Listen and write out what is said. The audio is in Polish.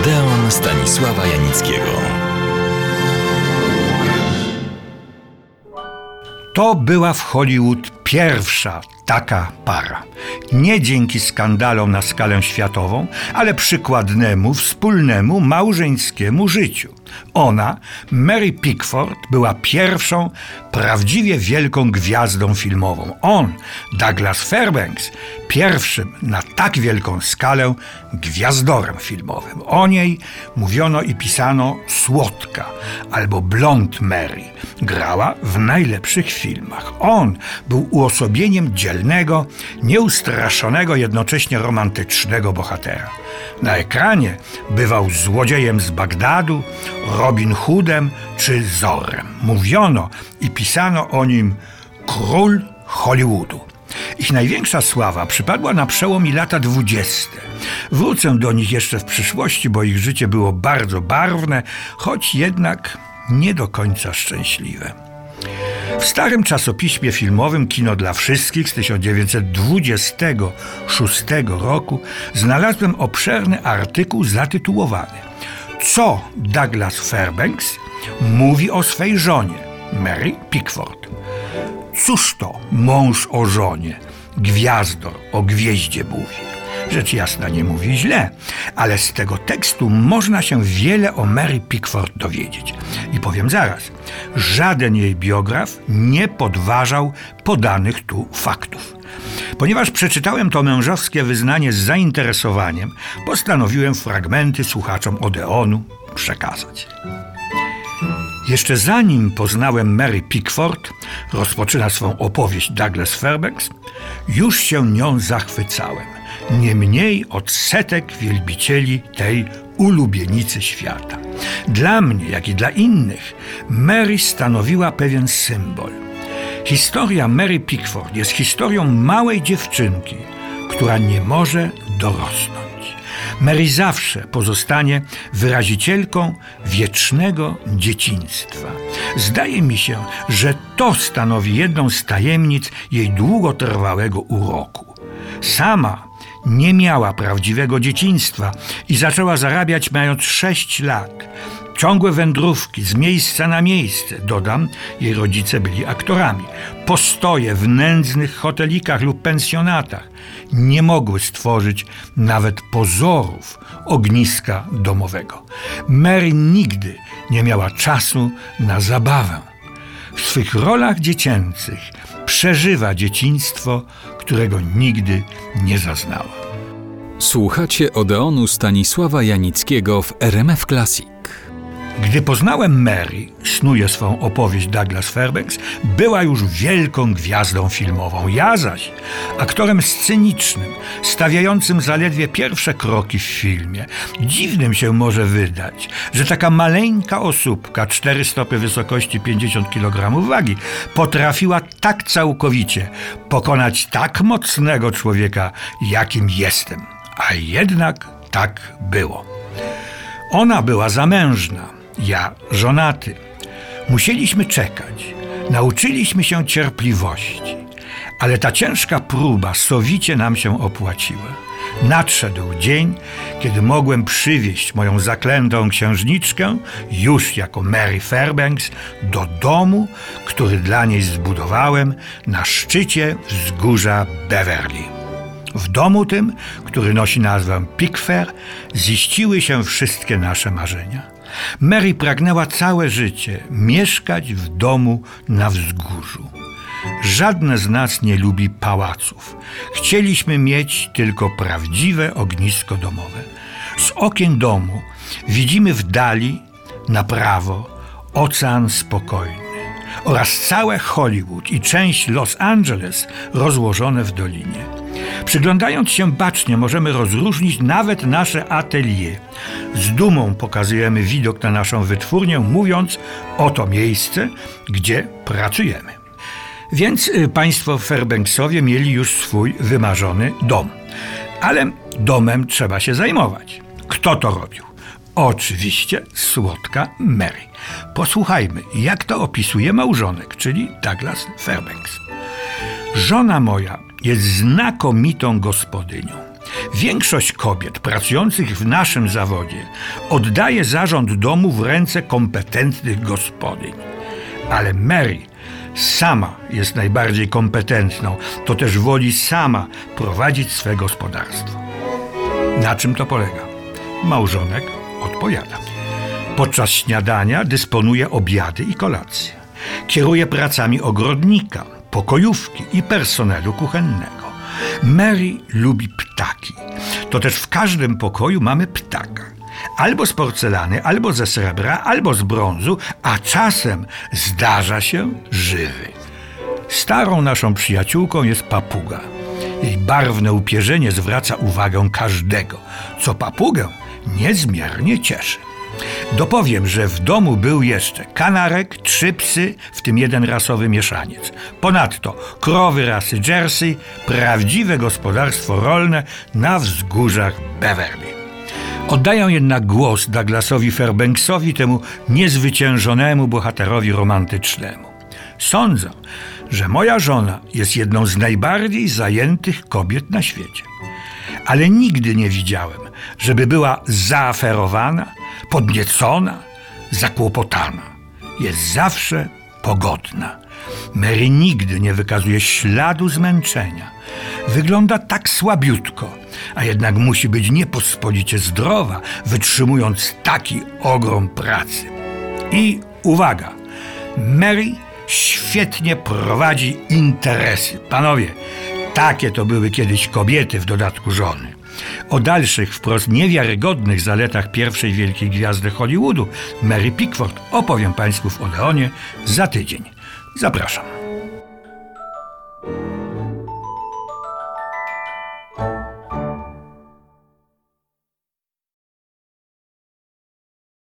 Odeon Stanisława Janickiego. To była w Hollywood pierwsza taka para. Nie dzięki skandalom na skalę światową, ale przykładnemu, wspólnemu, małżeńskiemu życiu. Ona, Mary Pickford, była pierwszą prawdziwie wielką gwiazdą filmową. On, Douglas Fairbanks, pierwszym na tak wielką skalę gwiazdorem filmowym. O niej mówiono i pisano Słodka albo Blond Mary. Grała w najlepszych filmach. On był uosobieniem dzielnego, nieustraszonego, jednocześnie romantycznego bohatera. Na ekranie bywał złodziejem z Bagdadu, Robin Hoodem czy Zorrem. Mówiono i pisano o nim król Hollywoodu. Ich największa sława przypadła na przełom i lata 20. Wrócę do nich jeszcze w przyszłości, bo ich życie było bardzo barwne, choć jednak nie do końca szczęśliwe. W starym czasopiśmie filmowym Kino dla Wszystkich z 1926 roku znalazłem obszerny artykuł zatytułowany Co Douglas Fairbanks mówi o swej żonie, Mary Pickford. Cóż to mąż o żonie, gwiazdor o gwieździe mówi? Rzecz jasna, nie mówi źle, ale z tego tekstu można się wiele o Mary Pickford dowiedzieć. I powiem zaraz, żaden jej biograf nie podważał podanych tu faktów. Ponieważ przeczytałem to mężowskie wyznanie z zainteresowaniem, postanowiłem fragmenty słuchaczom Odeonu przekazać. Jeszcze zanim poznałem Mary Pickford, rozpoczyna swą opowieść Douglas Fairbanks, już się nią zachwycałem. Nie mniej od setek wielbicieli tej ulubienicy świata. Dla mnie, jak i dla innych, Mary stanowiła pewien symbol. Historia Mary Pickford jest historią małej dziewczynki, która nie może dorosnąć. Mary zawsze pozostanie wyrazicielką wiecznego dzieciństwa. Zdaje mi się, że to stanowi jedną z tajemnic jej długotrwałego uroku. Sama nie miała prawdziwego dzieciństwa i zaczęła zarabiać mając 6 lat. Ciągłe wędrówki z miejsca na miejsce, dodam, jej rodzice byli aktorami. Postoje w nędznych hotelikach lub pensjonatach nie mogły stworzyć nawet pozorów ogniska domowego. Mary nigdy nie miała czasu na zabawę. W swych rolach dziecięcych przeżywa dzieciństwo, którego nigdy nie zaznała. Słuchacie Odeonu Stanisława Janickiego w RMF Classic. Gdy poznałem Mary, snuje swą opowieść Douglas Fairbanks, była już wielką gwiazdą filmową. Ja zaś aktorem scenicznym, stawiającym zaledwie pierwsze kroki w filmie. Dziwnym się może wydać, że taka maleńka osóbka, 4 stopy wysokości, 50 kg wagi, potrafiła tak całkowicie pokonać tak mocnego człowieka, jakim jestem. A jednak tak było. Ona była zamężna, ja żonaty. Musieliśmy czekać, nauczyliśmy się cierpliwości, ale ta ciężka próba sowicie nam się opłaciła. Nadszedł dzień, kiedy mogłem przywieźć moją zaklętą księżniczkę, już jako Mary Fairbanks, do domu, który dla niej zbudowałem na szczycie wzgórza Beverly. W domu tym, który nosi nazwę Pickfair, ziściły się wszystkie nasze marzenia. Mary pragnęła całe życie mieszkać w domu na wzgórzu. Żadne z nas nie lubi pałaców. Chcieliśmy mieć tylko prawdziwe ognisko domowe. Z okien domu widzimy w dali, na prawo, Ocean Spokojny oraz całe Hollywood i część Los Angeles rozłożone w dolinie. Przyglądając się bacznie, możemy rozróżnić nawet nasze atelier. Z dumą pokazujemy widok na naszą wytwórnię, mówiąc: oto miejsce, gdzie pracujemy. Więc państwo Fairbanksowie mieli już swój wymarzony dom. Ale domem trzeba się zajmować. Kto to robił? Oczywiście słodka Mary. Posłuchajmy, jak to opisuje małżonek, czyli Douglas Fairbanks. Żona moja jest znakomitą gospodynią. Większość kobiet pracujących w naszym zawodzie oddaje zarząd domu w ręce kompetentnych gospodyń. Ale Mary sama jest najbardziej kompetentną, to też woli sama prowadzić swe gospodarstwo. Na czym to polega? Małżonek odpowiada. Podczas śniadania dysponuje obiady i kolacje. Kieruje pracami ogrodnika, pokojówki i personelu kuchennego. Mary lubi ptaki. To też w każdym pokoju mamy ptaka. Albo z porcelany, albo ze srebra, albo z brązu, a czasem zdarza się żywy. Starą naszą przyjaciółką jest papuga. Jej barwne upierzenie zwraca uwagę każdego, co papugę niezmiernie cieszy. Dopowiem, że w domu był jeszcze kanarek, 3 psy, w tym 1 rasowy mieszaniec. Ponadto krowy rasy Jersey, prawdziwe gospodarstwo rolne na wzgórzach Beverly. Oddaję jednak głos Douglasowi Fairbanksowi, temu niezwyciężonemu bohaterowi romantycznemu. Sądzę, że moja żona jest jedną z najbardziej zajętych kobiet na świecie. Ale nigdy nie widziałem, żeby była zaaferowana, podniecona, zakłopotana. Jest zawsze pogodna. Mary nigdy nie wykazuje śladu zmęczenia. Wygląda tak słabiutko, a jednak musi być niepospolicie zdrowa, wytrzymując taki ogrom pracy. I uwaga, Mary świetnie prowadzi interesy. Panowie, takie to były kiedyś kobiety, w dodatku żony. O dalszych, wprost niewiarygodnych zaletach pierwszej wielkiej gwiazdy Hollywoodu, Mary Pickford, opowiem Państwu w Odeonie za tydzień. Zapraszam.